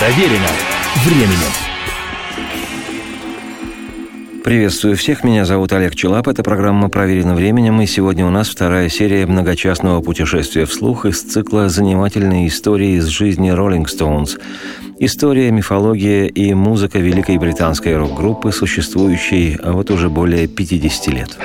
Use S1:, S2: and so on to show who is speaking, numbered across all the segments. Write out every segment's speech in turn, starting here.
S1: Проверено временем.
S2: Приветствую всех, меня зовут Олег Челап, это программа «Проверено временем», и сегодня у нас вторая серия многочастного путешествия вслух из цикла «Занимательные истории из жизни Rolling Stones». История, мифология и музыка великой британской рок-группы, существующей вот уже более 50 лет.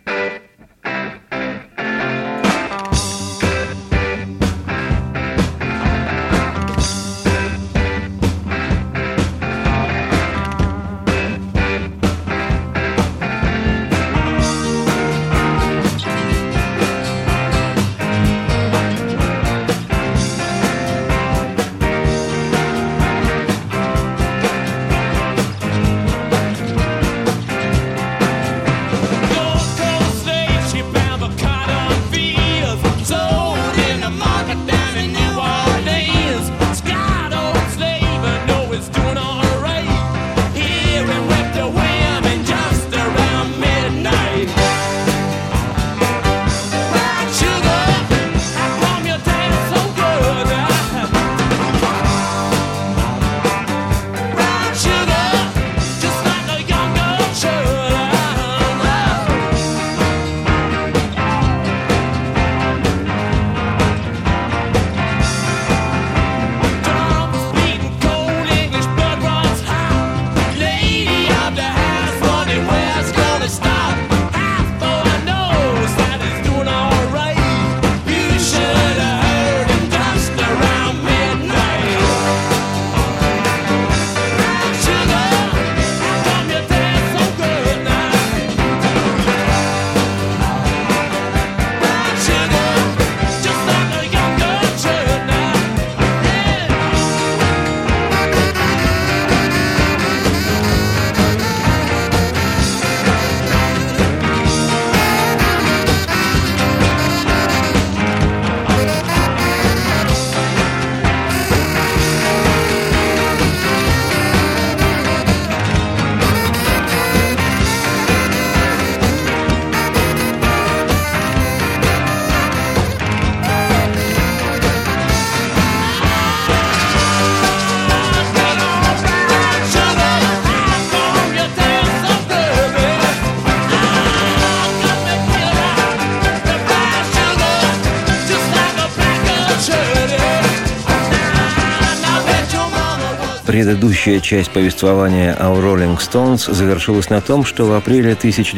S2: Предыдущая часть повествования о Rolling Stones завершилась на том, что в апреле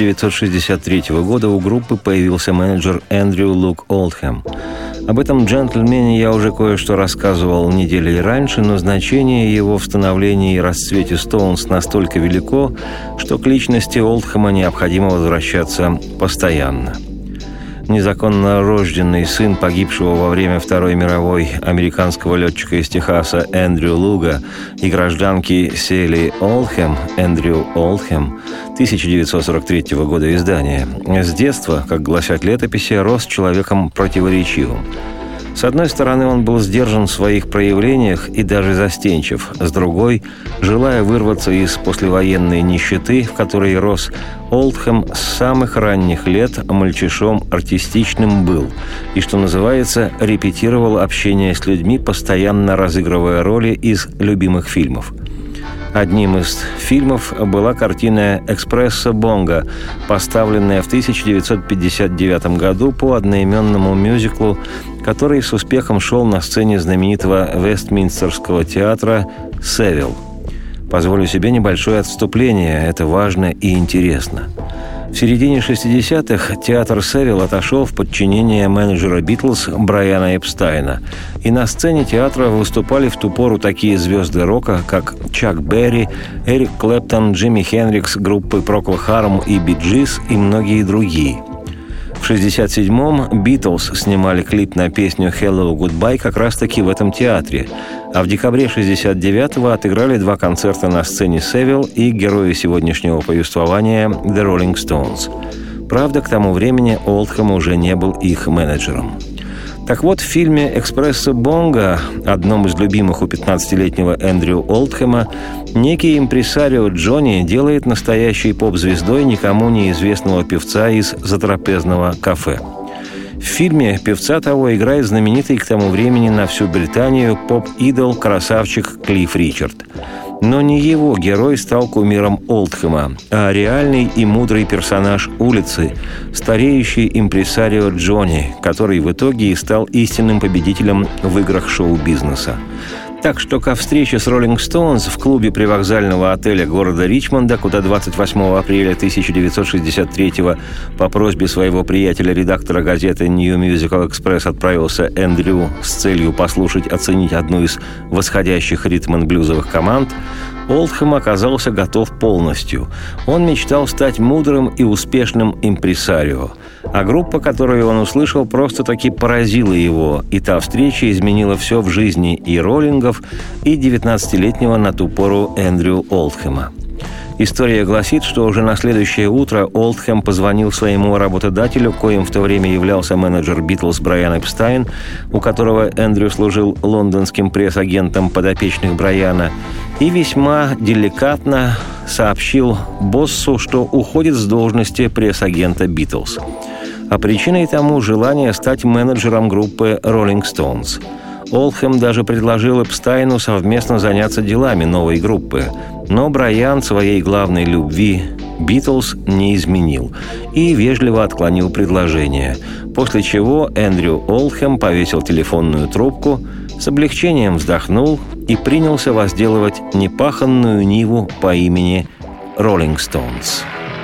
S2: 1963 года у группы появился менеджер Эндрю Лук Олдхэм. Об этом джентльмене я уже кое-что рассказывал недели раньше, но значение его в становлении и расцвете Stones настолько велико, что к личности Олдхэма необходимо возвращаться постоянно. Незаконно рожденный сын погибшего во время Второй мировой американского летчика из Техаса Эндрю Луга и гражданки Селли Олдхэм, Эндрю Олдхэм, 1943 года издания, с детства, как гласят летописи, рос человеком противоречивым. С одной стороны, он был сдержан в своих проявлениях и даже застенчив. С другой, желая вырваться из послевоенной нищеты, в которой рос, Олдхэм с самых ранних лет мальчишом артистичным был и, что называется, репетировал общение с людьми, постоянно разыгрывая роли из любимых фильмов. Одним из фильмов была картина «Экспрессо Бонго», поставленная в 1959 году по одноименному мюзиклу, который с успехом шел на сцене знаменитого Вестминстерского театра «Севилл». Позволю себе небольшое отступление, это важно и интересно. В середине 60-х театр «Севилл» отошел в подчинение менеджера «Битлз» Брайана Эпстайна, и на сцене театра выступали в ту пору такие звезды рока, как Чак Берри, Эрик Клэптон, Джимми Хендрикс, группы Procol Harum и Bee Gees и многие другие. В 1967-м «Битлз» снимали клип на песню «Hello, Goodbye» как раз-таки в этом театре, а в декабре 1969-го отыграли 2 концерта на сцене «Севилл» и герои сегодняшнего повествования «The Rolling Stones». Правда, к тому времени Олдхэм уже не был их менеджером. Так вот, в фильме «Экспрессо Бонго», одном из любимых у 15-летнего Эндрю Олдхэма, некий импресарио Джонни делает настоящей поп-звездой никому неизвестного певца из затрапезного кафе. В фильме певца того играет знаменитый к тому времени на всю Британию поп-идол красавчик Клифф Ричард. Но не его герой стал кумиром Олдхэма, а реальный и мудрый персонаж улицы, стареющий импресарио Джонни, который в итоге и стал истинным победителем в играх шоу-бизнеса. Так что ко встрече с Rolling Stones в клубе привокзального отеля города Ричмонда, куда 28 апреля 1963 по просьбе своего приятеля-редактора газеты New Musical Express отправился Эндрю с целью послушать, оценить одну из восходящих ритм-н-блюзовых команд, Олдхэм оказался готов полностью. Он мечтал стать мудрым и успешным импресарио. А группа, которую он услышал, просто-таки поразила его, и та встреча изменила все в жизни и роллингов, и 19-летнего на ту пору Эндрю Олдхэма. История гласит, что уже на следующее утро Олдхэм позвонил своему работодателю, коим в то время являлся менеджер «Битлз» Брайан Эпстайн, у которого Эндрю служил лондонским пресс-агентом подопечных Брайана, и весьма деликатно сообщил боссу, что уходит с должности пресс-агента «Битлз». А причиной тому желание стать менеджером группы «Rolling Stones». Олдхэм даже предложил Эпстайну совместно заняться делами новой группы. Но Брайан своей главной любви «Битлз» не изменил и вежливо отклонил предложение, после чего Эндрю Олдхэм повесил телефонную трубку, с облегчением вздохнул и принялся возделывать непаханную ниву по имени «Rolling Stones».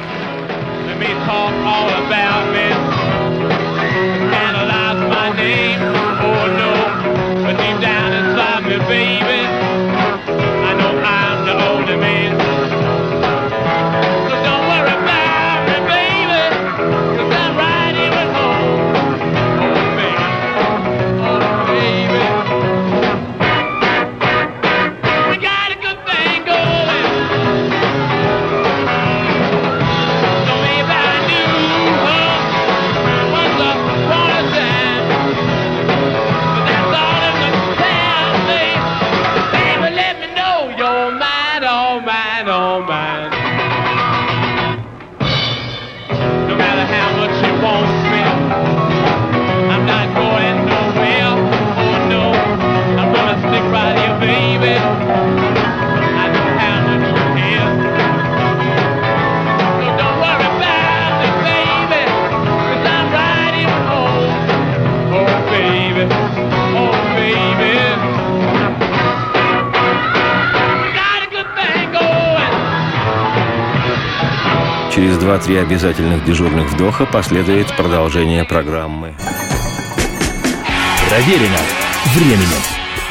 S2: Через 2-3 обязательных дежурных вдоха последует продолжение программы.
S1: Проверено временем.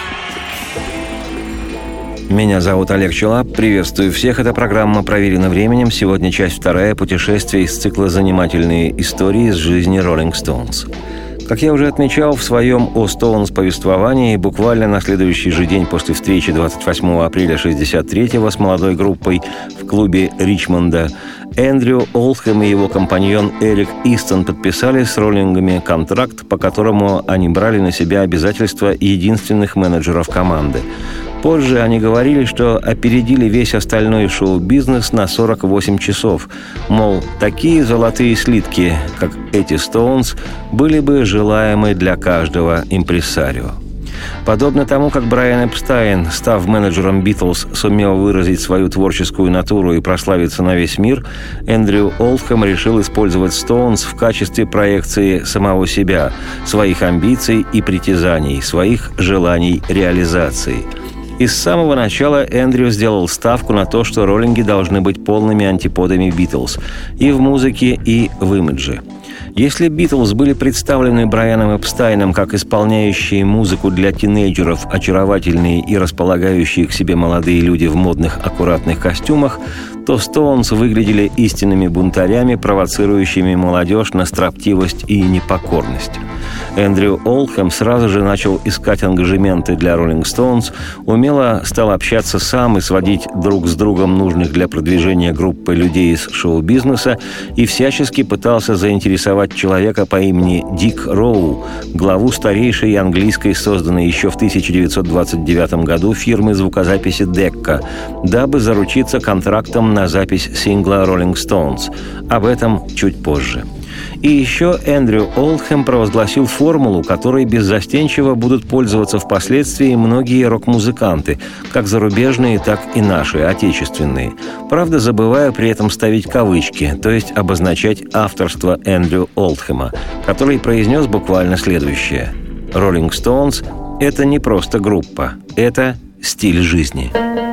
S2: Меня зовут Олег Челап. Приветствую всех. Это программа «Проверено временем». Сегодня часть 2 путешествия из цикла «Занимательные истории из жизни Rolling Stones». Как я уже отмечал в своем «О Стоунс» повествовании, буквально на следующий же день после встречи 28 апреля 1963-го с молодой группой в клубе Ричмонда, Эндрю Олдхэм и его компаньон Эрик Истон подписали с роллингами контракт, по которому они брали на себя обязательства единственных менеджеров команды. Позже они говорили, что опередили весь остальной шоу-бизнес на 48 часов. Мол, такие золотые слитки, как эти Стоунс, были бы желаемы для каждого импресарио. Подобно тому, как Брайан Эпстайн, став менеджером «Битлз», сумел выразить свою творческую натуру и прославиться на весь мир, Эндрю Олдхэм решил использовать «Стоунс» в качестве проекции самого себя, своих амбиций и притязаний, своих желаний реализации. И с самого начала Эндрю сделал ставку на то, что роллинги должны быть полными антиподами «Битлз» и в музыке, и в имидже. Если «Битлз» были представлены Брайаном Эпстайном как исполняющие музыку для тинейджеров, очаровательные и располагающие к себе молодые люди в модных аккуратных костюмах, то «Стоунс» выглядели истинными бунтарями, провоцирующими молодежь на строптивость и непокорность. Эндрю Олдхэм сразу же начал искать ангажементы для Rolling Stones, умело стал общаться сам и сводить друг с другом нужных для продвижения группы людей из шоу-бизнеса и всячески пытался заинтересовать человека по имени Дик Роу, главу старейшей английской, созданной еще в 1929 году фирмы звукозаписи Decca, дабы заручиться контрактом на запись сингла Rolling Stones. Об этом чуть позже. И еще Эндрю Олдхэм провозгласил формулу, которой беззастенчиво будут пользоваться впоследствии многие рок-музыканты, как зарубежные, так и наши, отечественные. Правда, забывая при этом ставить кавычки, то есть обозначать авторство Эндрю Олдхэма, который произнес буквально следующее: «Rolling Stones — это не просто группа, это стиль жизни».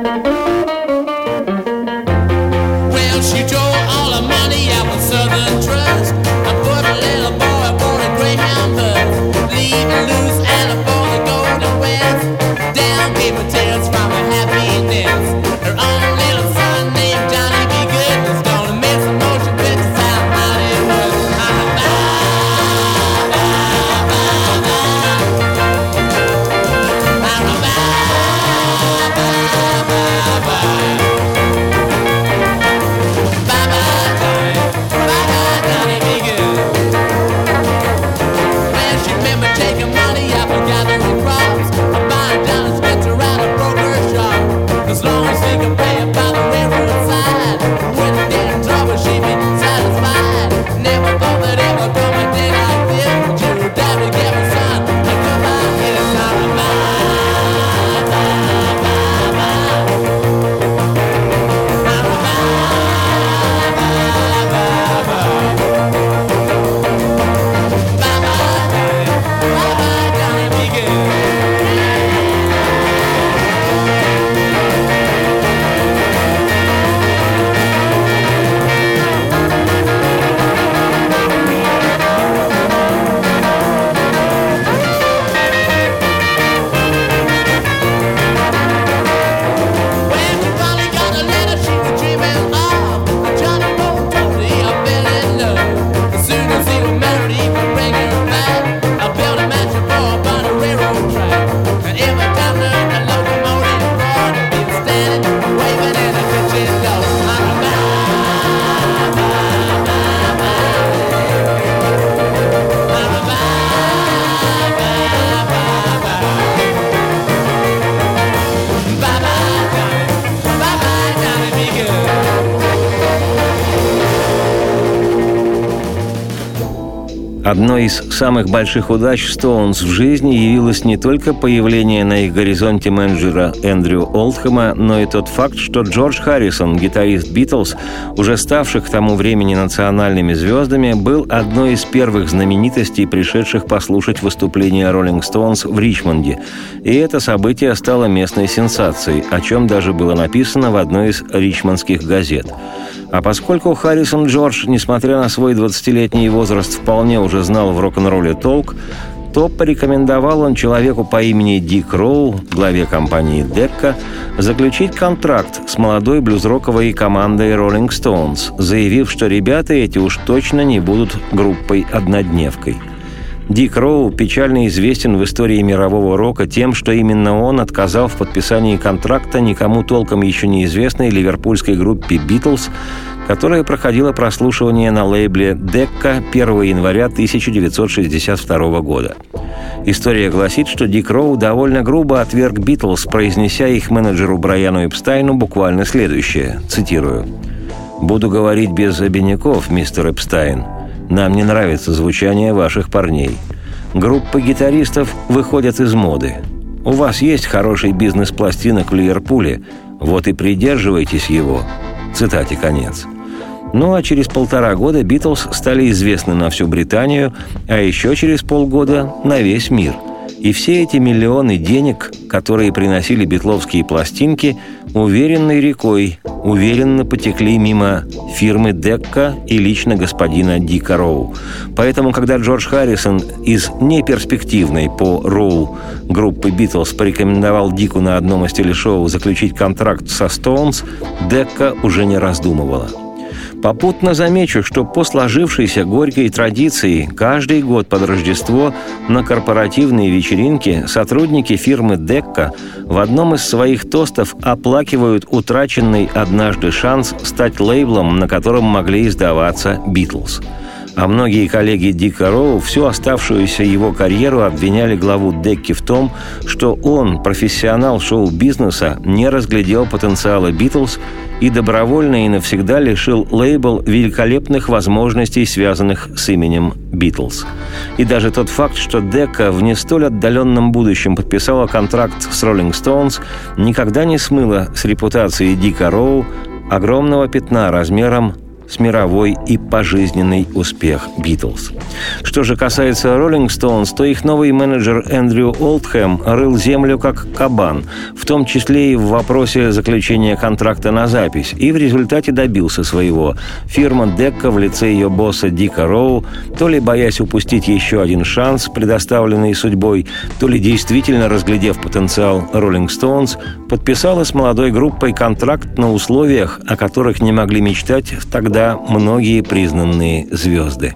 S2: Одной из самых больших удач Stones в жизни явилось не только появление на их горизонте менеджера Эндрю Олдхэма, но и тот факт, что Джордж Харрисон, гитарист «Битлз», уже ставших к тому времени национальными звездами, был одной из первых знаменитостей, пришедших послушать выступление Rolling Stones в Ричмонде. И это событие стало местной сенсацией, о чем даже было написано в одной из ричмондских газет. А поскольку Харрисон Джордж, несмотря на свой 20-летний возраст, вполне уже знал в рок-н-ролле толк, то порекомендовал он человеку по имени Дик Роу, главе компании Decca, заключить контракт с молодой блюз-роковой командой Rolling Stones, заявив, что ребята эти уж точно не будут группой-однодневкой. Дик Роу печально известен в истории мирового рока тем, что именно он отказал в подписании контракта никому толком еще неизвестной ливерпульской группе «Битлз», которая проходила прослушивание на лейбле Decca 1 января 1962 года. История гласит, что Дик Роу довольно грубо отверг «Битлз», произнеся их менеджеру Брайану Эпстайну буквально следующее, цитирую: «Буду говорить без обиняков, мистер Эпстайн. Нам не нравится звучание ваших парней. Группы гитаристов выходят из моды. У вас есть хороший бизнес пластинок в Ливерпуле, вот и придерживайтесь его». Цитате конец. Ну а через 1,5 года «Битлз» стали известны на всю Британию, а еще через полгода на весь мир. И все эти миллионы денег, которые приносили битловские пластинки, уверенной рекой, уверенно потекли мимо фирмы Decca и лично господина Дика Роу. Поэтому, когда Джордж Харрисон из неперспективной по Роу группы «Битлз» порекомендовал Дику на одном из телешоу заключить контракт со Stones, Decca уже не раздумывала. Попутно замечу, что по сложившейся горькой традиции каждый год под Рождество на корпоративные вечеринки сотрудники фирмы Decca в одном из своих тостов оплакивают утраченный однажды шанс стать лейблом, на котором могли издаваться «Битлз». А многие коллеги Дика Роу всю оставшуюся его карьеру обвиняли главу Декки в том, что он, профессионал шоу-бизнеса, не разглядел потенциала «Битлз» и добровольно и навсегда лишил лейбл великолепных возможностей, связанных с именем «Битлз». И даже тот факт, что Декка в не столь отдаленном будущем подписала контракт с «Роллинг Стоунс», никогда не смыло с репутации Дика Роу огромного пятна размером с мировой и пожизненный успех «Битлз». Что же касается «Роллинг Стоунс», то их новый менеджер Эндрю Олдхэм рыл землю как кабан, в том числе и в вопросе заключения контракта на запись, и в результате добился своего. Фирма Декка в лице ее босса Дика Роу, то ли боясь упустить еще один шанс, предоставленный судьбой, то ли действительно разглядев потенциал «Роллинг Стоунс», подписала с молодой группой контракт на условиях, о которых не могли мечтать тогда многие признанные звезды.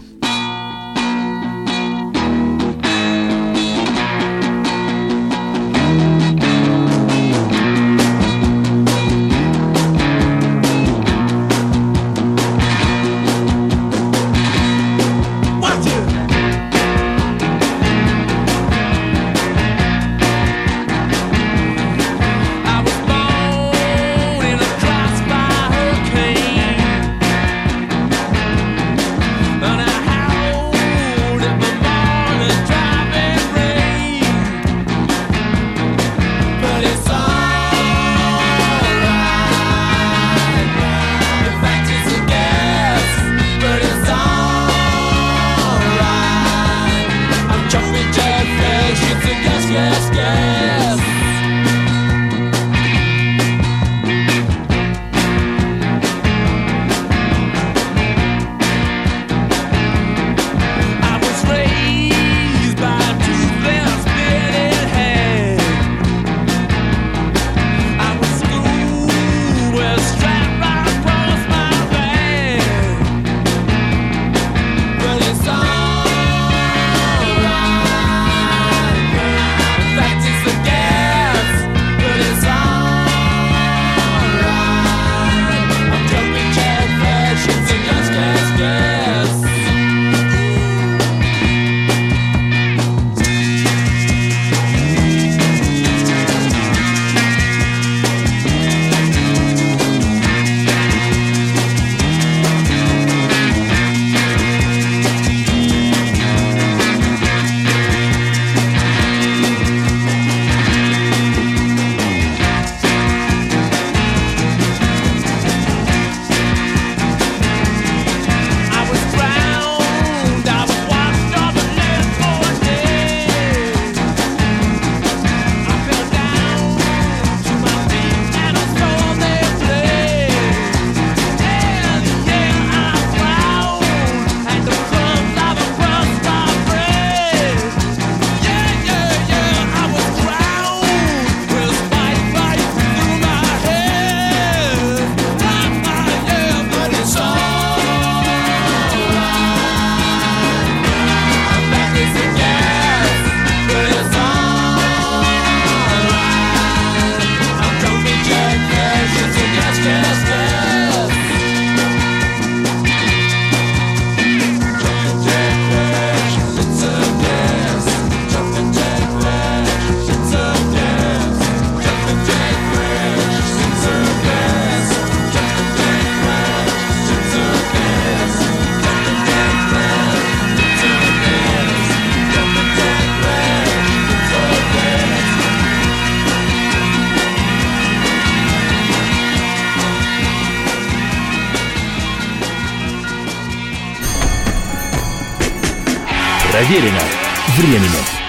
S1: Проверено временем.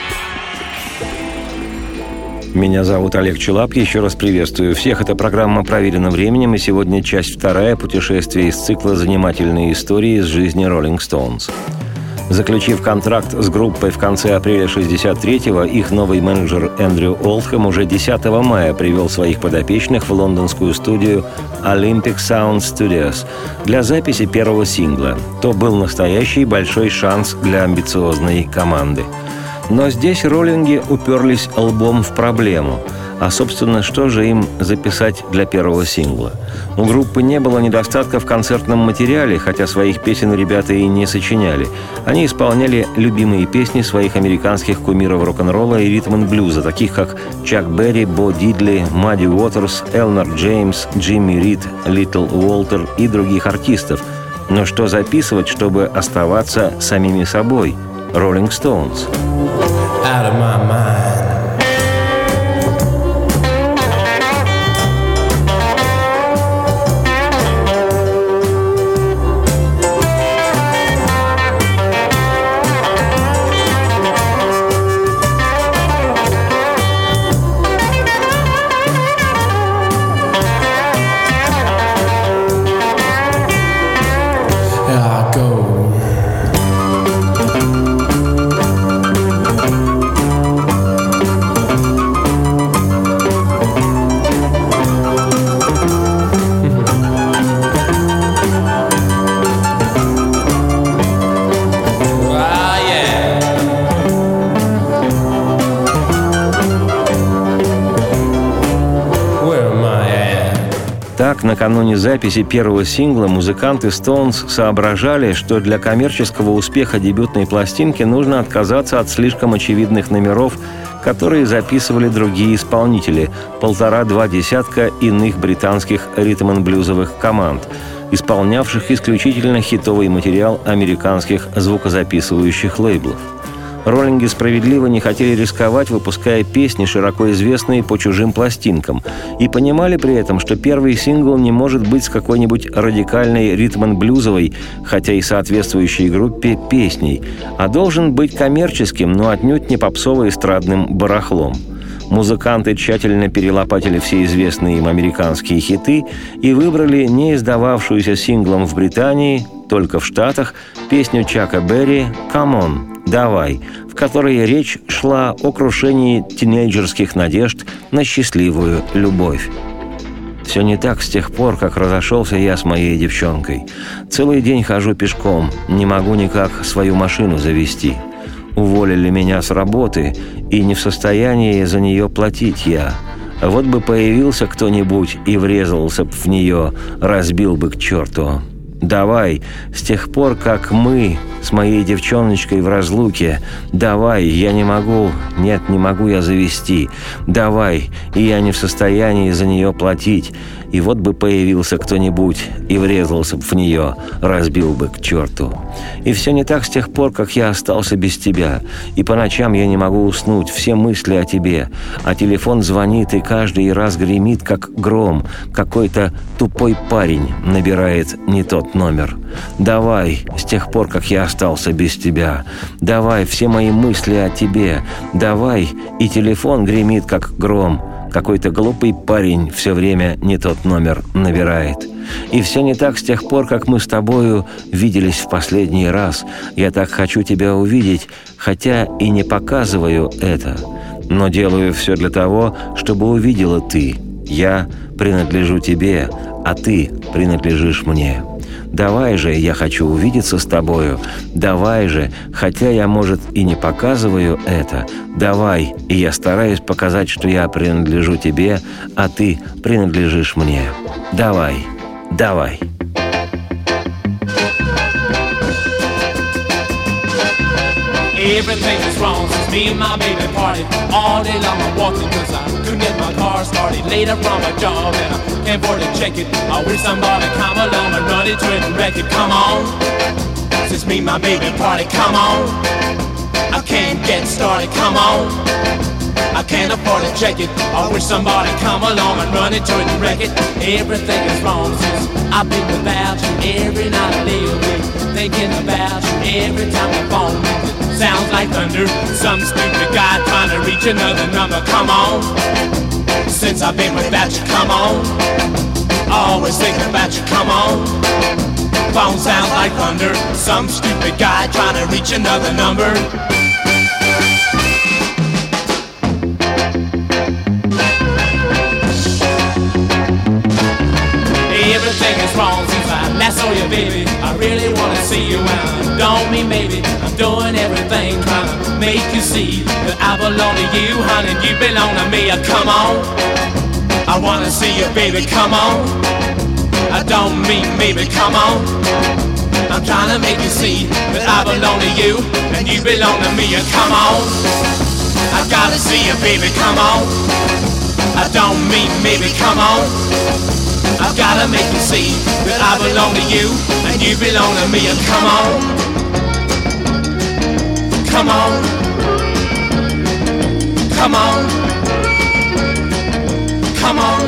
S2: Меня зовут Олег Челап. Еще раз приветствую всех. Это программа «Проверено временем», и сегодня часть вторая путешествия из цикла «Занимательные истории из жизни Роллинг Стоунс». Заключив контракт с группой в конце апреля 1963-го, их новый менеджер Эндрю Олдхэм уже 10 мая привел своих подопечных в лондонскую студию Olympic Sound Studios для записи первого сингла. То был настоящий большой шанс для амбициозной команды. Но здесь роллинги уперлись лбом в проблему. А, собственно, что же им записать для первого сингла? У группы не было недостатка в концертном материале, хотя своих песен ребята и не сочиняли. Они исполняли любимые песни своих американских кумиров рок-н-ролла и ритм-н-блюза, таких как Чак Берри, Бо Дидли, Мадди Уотерс, Элнер Джеймс, Джимми Рид, Литл Уолтер и других артистов. Но что записывать, чтобы оставаться самими собой? Rolling Stones.
S3: Out of my mind.
S2: Так, накануне записи первого сингла музыканты Stones соображали, что для коммерческого успеха дебютной пластинки нужно отказаться от слишком очевидных номеров, которые записывали другие исполнители, 1,5-2 десятка иных британских ритм-н-блюзовых команд, исполнявших исключительно хитовый материал американских звукозаписывающих лейблов. Роллинги справедливо не хотели рисковать, выпуская песни, широко известные по чужим пластинкам, и понимали при этом, что первый сингл не может быть с какой-нибудь радикальной ритм-н-блюзовой, хотя и соответствующей группе, песней, а должен быть коммерческим, но отнюдь не попсово-эстрадным барахлом. Музыканты тщательно перелопатили все известные им американские хиты и выбрали не издававшуюся синглом в Британии, только в Штатах, песню Чака Берри «Come on», «Давай», в которой речь шла о крушении тинейджерских надежд на счастливую любовь. Все не так с тех пор, как разошелся я с моей девчонкой. Целый день хожу пешком, не могу никак свою машину завести. Уволили меня с работы, и не в состоянии за нее платить я. Вот бы появился кто-нибудь и врезался б в нее, разбил бы к черту. Давай, с тех пор, как мы с моей девчоночкой в разлуке, давай, я не могу, нет, не могу я завести, давай, и я не в состоянии за нее платить, и вот бы появился кто-нибудь и врезался бы в нее, разбил бы к черту. И все не так с тех пор, как я остался без тебя, и по ночам я не могу уснуть, все мысли о тебе, а телефон звонит и каждый раз гремит, как гром, какой-то тупой парень набирает не тот номер. Давай, с тех пор, как я остался без тебя, давай, все мои мысли о тебе, давай, и телефон гремит, как гром, какой-то глупый парень все время не тот номер набирает. И все не так с тех пор, как мы с тобою виделись в последний раз. Я так хочу тебя увидеть, хотя и не показываю это, но делаю все для того, чтобы увидела ты. Я принадлежу тебе, а ты принадлежишь мне. Давай же, я хочу увидеться с тобою. Давай же, хотя я, может, и не показываю это. Давай, и я стараюсь показать, что я принадлежу тебе, а ты принадлежишь мне. Давай, давай.
S3: Everything is wrong since me and my baby party. All day long I'm walking cause I couldn't get my car started. Later from my job and I can't afford to check it. I wish somebody come along and run into it and wreck it. Come on, since me and my baby party, come on. I can't get started, come on. I can't afford to check it. I wish somebody come along and run into it and wreck it. Everything is wrong since I've been without you. Every night I lay awake thinking about you. Every time the phone rings it sounds like thunder. Some stupid guy trying to reach another number. Come on, since I've been without you. Come on, always thinking about you. Come on, phone sounds like thunder. Some stupid guy trying to reach another number. Everything is wrong since I last saw you, baby. I really wanna see you now. Don't mean maybe I'm doing everything trying to make you see that I belong to you, honey, and you belong to me. Come on, I wanna see you, baby, come on. I don't mean maybe, come on. I'm trying to make you see that I belong to you, and you belong to me. Come on, I gotta see you, baby, come on. I don't mean maybe, come on. I've gotta make you see that I belong to you, and you belong to me. Come on, come on, come on, come on.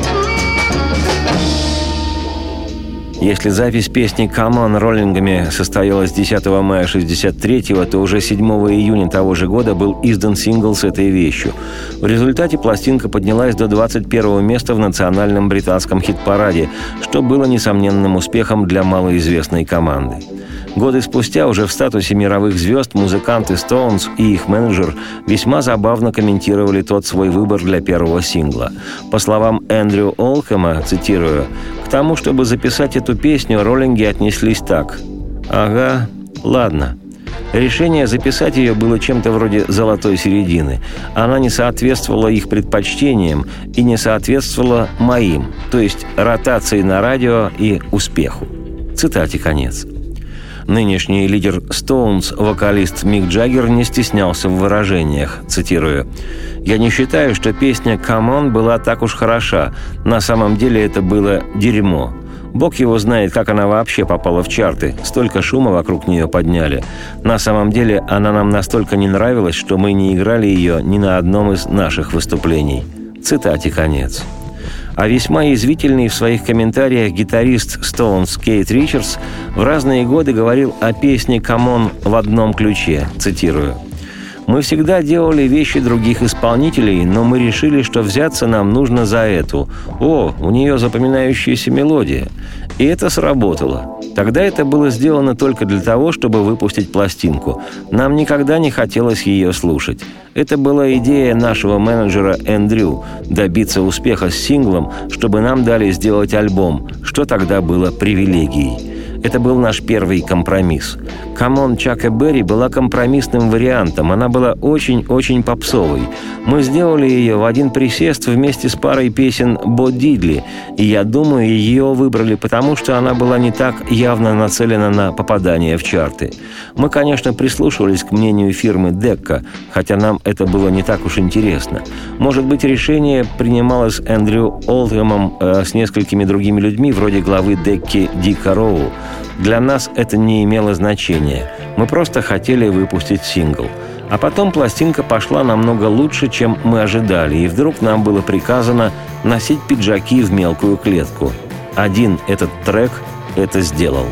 S2: Если запись песни «Come On» роллингами состоялась 10 мая 1963-го, то уже 7 июня того же года был издан сингл с этой вещью. В результате пластинка поднялась до 21-го места в национальном британском хит-параде, что было несомненным успехом для малоизвестной команды. Годы спустя, уже в статусе мировых звезд, музыканты Stones и их менеджер весьма забавно комментировали тот свой выбор для первого сингла. По словам Эндрю Олдхэма, цитирую, «К тому, чтобы записать эту песню, роллинги отнеслись так. Ага, ладно». Решение записать ее было чем-то вроде золотой середины. Она не соответствовала их предпочтениям и не соответствовала моим, то есть ротации на радио и успеху. Цитате конец. Нынешний лидер Stones, вокалист Мик Джаггер, не стеснялся в выражениях, цитирую, «Я не считаю, что песня «Come On» была так уж хороша. На самом деле это было дерьмо. Бог его знает, как она вообще попала в чарты. Столько шума вокруг нее подняли. На самом деле она нам настолько не нравилась, что мы не играли ее ни на одном из наших выступлений». Цитате конец. А весьма язвительный в своих комментариях гитарист Stones Кейт Ричардс в разные годы говорил о песне «Come On» в одном ключе, цитирую. «Мы всегда делали вещи других исполнителей, но мы решили, что взяться нам нужно за эту. О, у нее запоминающаяся мелодия. И это сработало. Тогда это было сделано только для того, чтобы выпустить пластинку. Нам никогда не хотелось ее слушать. Это была идея нашего менеджера Эндрю – добиться успеха с синглом, чтобы нам дали сделать альбом, что тогда было привилегией. Это был наш первый компромисс. «Come On» Чака Берри была компромиссным вариантом. Она была очень-очень попсовой. Мы сделали ее в один присест вместе с парой песен Бо Дидли, и я думаю, ее выбрали потому, что она была не так явно нацелена на попадание в чарты. Мы, конечно, прислушивались к мнению фирмы Decca, хотя нам это было не так уж интересно. Может быть, решение принималось Эндрю Олдхэмом с несколькими другими людьми, вроде главы Декки Дика Роу. Для нас это не имело значения. Мы просто хотели выпустить сингл. А потом пластинка пошла намного лучше, чем мы ожидали, и вдруг нам было приказано носить пиджаки в мелкую клетку. Один этот трек это сделал.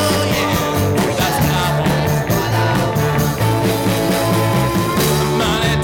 S3: Money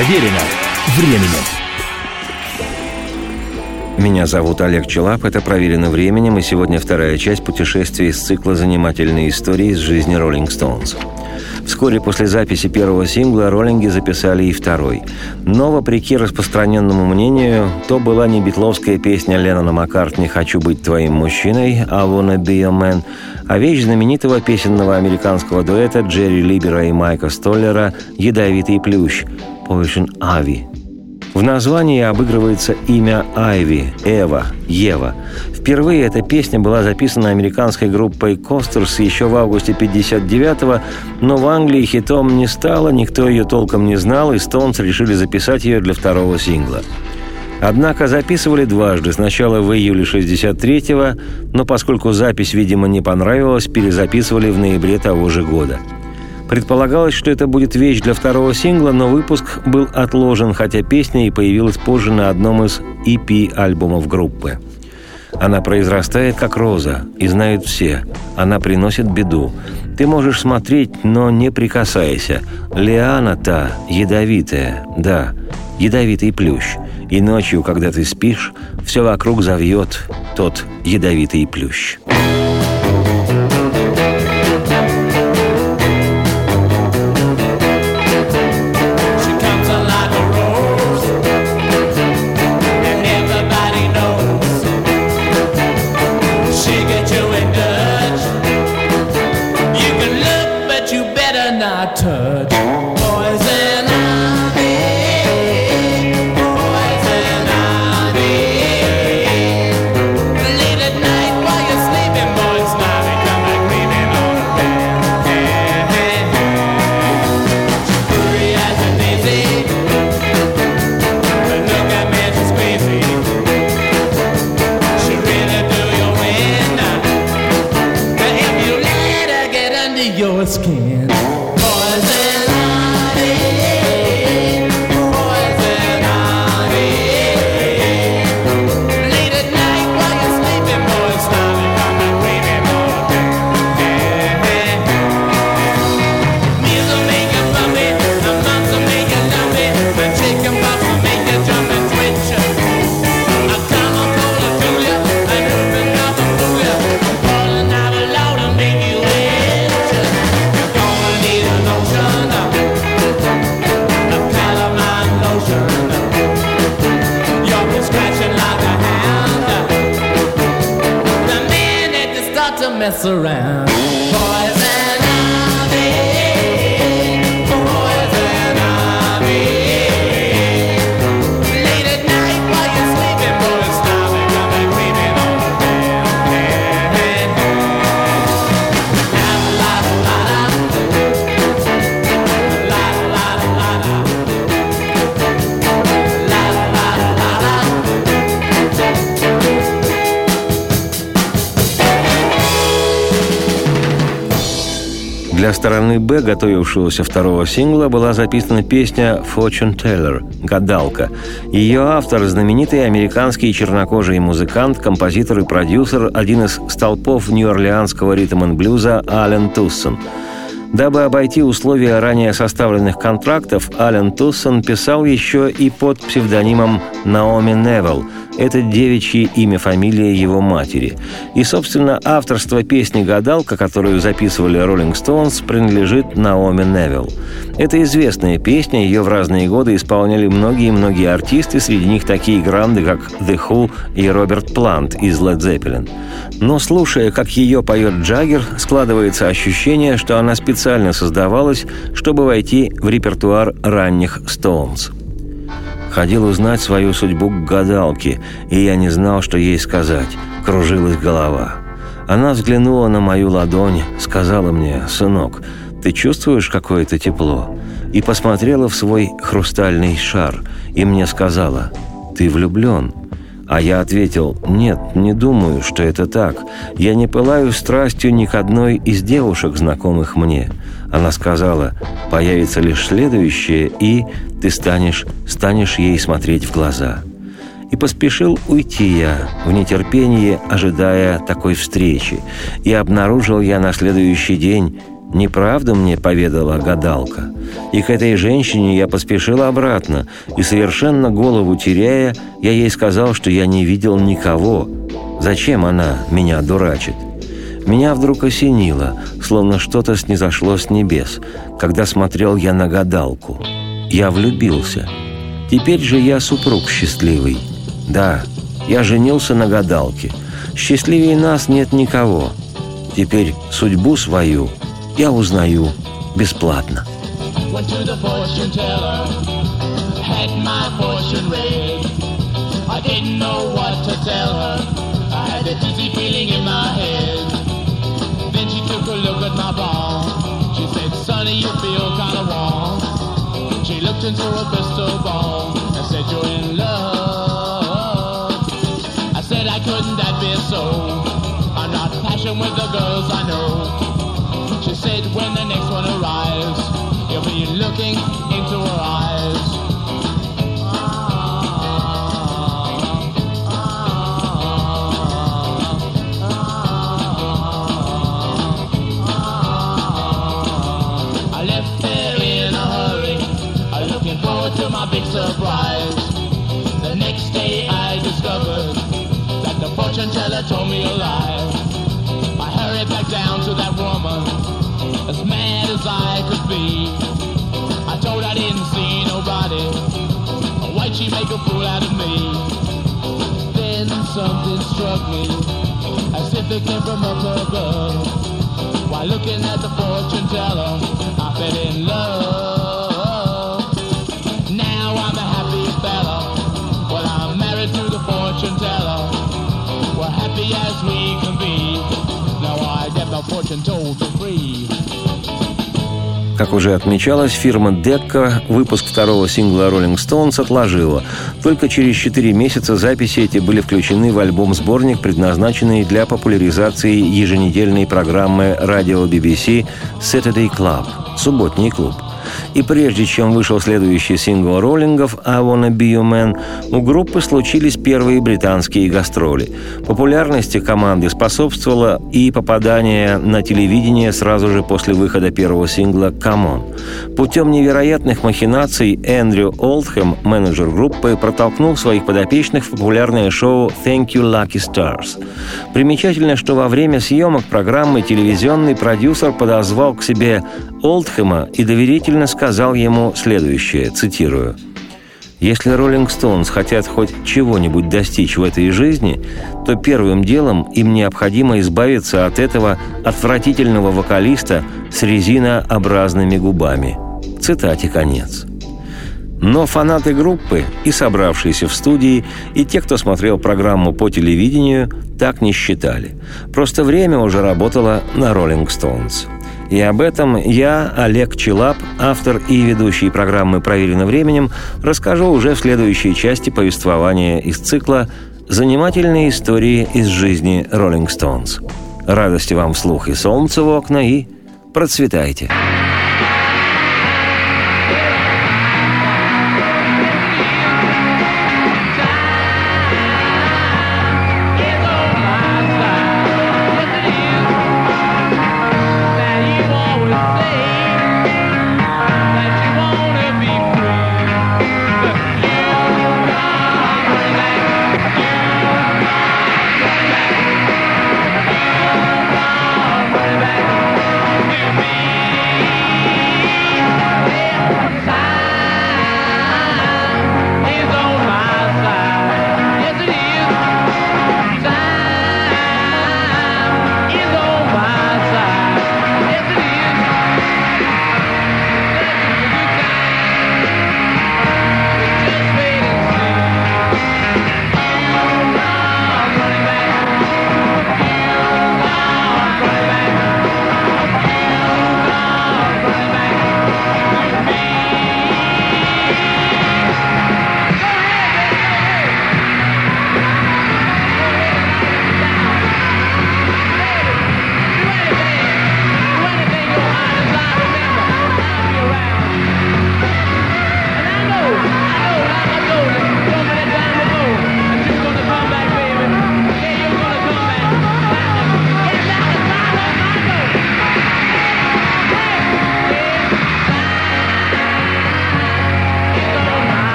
S1: Проверено временем.
S2: Меня зовут Олег Челап, это «Проверено временем», и сегодня вторая часть путешествия из цикла «Занимательные истории из жизни Rolling Stones». Вскоре после записи первого сингла роллинги записали и второй. Но, вопреки распространенному мнению, то была не битловская песня Леннона Маккартни «Хочу быть твоим мужчиной» «I wanna be your man», а вещь знаменитого песенного американского дуэта Джерри Либера и Майка Столлера «Ядовитый плющ» «Poison Ivy». В названии обыгрывается имя Айви, Эва, Ева. Впервые эта песня была записана американской группой Костерс еще в августе 1959-го, но в Англии хитом не стала, никто ее толком не знал, и Стоунс решили записать ее для второго сингла. Однако записывали дважды, сначала в июле 1963-го, но поскольку запись, видимо, не понравилась, перезаписывали в ноябре того же года. Предполагалось, что это будет вещь для второго сингла, но выпуск был отложен, хотя песня и появилась позже на одном из EP-альбомов группы. Она произрастает, как роза, и знают все. Она приносит беду. Ты можешь смотреть, но не прикасайся. Лиана та ядовитая, да, ядовитый плющ. И ночью, когда ты спишь, все вокруг завьет тот ядовитый плющ.
S3: Mess around.
S2: Для стороны «Б», готовившегося второго сингла, была записана песня «Fortune Teller» – «Гадалка». Ее автор – знаменитый американский чернокожий музыкант, композитор и продюсер, один из столпов нью-орлеанского ритм-н-блюза Ален Туссон. Дабы обойти условия ранее составленных контрактов, Ален Туссон писал еще и под псевдонимом Наоми Невилл. Это девичье имя, фамилия его матери. И, собственно, авторство песни «Гадалка», которую записывали Rolling Stones, принадлежит Наоми Невилл. Это известная песня, ее в разные годы исполняли многие-многие артисты, среди них такие гранды, как The Who и Роберт Плант из Led Zeppelin. Но, слушая, как ее поет Джаггер, складывается ощущение, что она специально создавалась, чтобы войти в репертуар ранних Stones. Ходил узнать свою судьбу к гадалке, и я не знал, что ей сказать. Кружилась голова. Она взглянула на мою ладонь, сказала мне: «Сынок, ты чувствуешь какое-то тепло?» И посмотрела в свой хрустальный шар, и мне сказала: «Ты влюблен?» А я ответил: «Нет, не думаю, что это так. Я не пылаю страстью ни к одной из девушек, знакомых мне». Она сказала: «Появится лишь следующее, и ты станешь ей смотреть в глаза». И поспешил уйти я, в нетерпении ожидая такой встречи. И обнаружил я на следующий день Неправду мне поведала гадалка. И к этой женщине я поспешил обратно, и совершенно голову теряя, я ей сказал, что я не видел никого. Зачем она меня дурачит? Меня вдруг осенило, словно что-то снизошло с небес, когда смотрел я на гадалку. Я влюбился. Теперь же я супруг счастливый. Да, я женился на гадалке. Счастливее нас нет никого. Теперь судьбу свою я узнаю бесплатно.
S3: Went to the fortune teller, had my fortune read. I didn't know what to tell her, I had a dizzy feeling in my head. Then she took a look at my palm, she said, "Sonny, you feel kinda warm." She looked into a crystal ball and said, "You're in love." I said, "I couldn't that be so? I'm not passion with the girls I know." She said, "When the next one arrives, you'll be looking into her eyes." I left there in a hurry, looking forward to my big surprise. The next day I discovered that the fortune teller told me a lie. I hurried back down to that woman, as mad as I could be. I told her I didn't see nobody, why'd she make a fool out of me? Then something struck me, as if it came from up above. While looking at the fortune teller, I fell in love. Now I'm a happy fella, well I'm married to the fortune teller. We're happy as we can be, now I get the fortune told for free.
S2: Как уже отмечалось, фирма Decca выпуск второго сингла Rolling Stones отложила. Только через 4 месяца записи эти были включены в альбом-сборник, предназначенный для популяризации еженедельной программы радио BBC «Saturday Club» – «Субботний клуб». И прежде чем вышел следующий сингл роллингов «I Wanna Be Your Man», у группы случились первые британские гастроли. Популярности команды способствовало и попадание на телевидение сразу же после выхода первого сингла «Come On». Путем невероятных махинаций Эндрю Олдхэм, менеджер группы, протолкнул своих подопечных в популярное шоу «Thank You Lucky Stars». Примечательно, что во время съемок программы телевизионный продюсер подозвал к себе Олдхэма и доверительно сказал ему следующее, цитирую: «Если Rolling Stones хотят хоть чего-нибудь достичь в этой жизни, то первым делом им необходимо избавиться от этого отвратительного вокалиста с резинообразными губами». Цитате конец. Но фанаты группы и собравшиеся в студии, и те, кто смотрел программу по телевидению, так не считали. Просто время уже работало на Rolling Stones. И об этом я, Олег Челап, автор и ведущий программы «Проверено временем», расскажу уже в следующей части повествования из цикла «Занимательные истории из жизни Rolling Stones». Радости вам вслух и солнца в окна, и процветайте!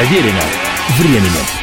S1: Проверено временем.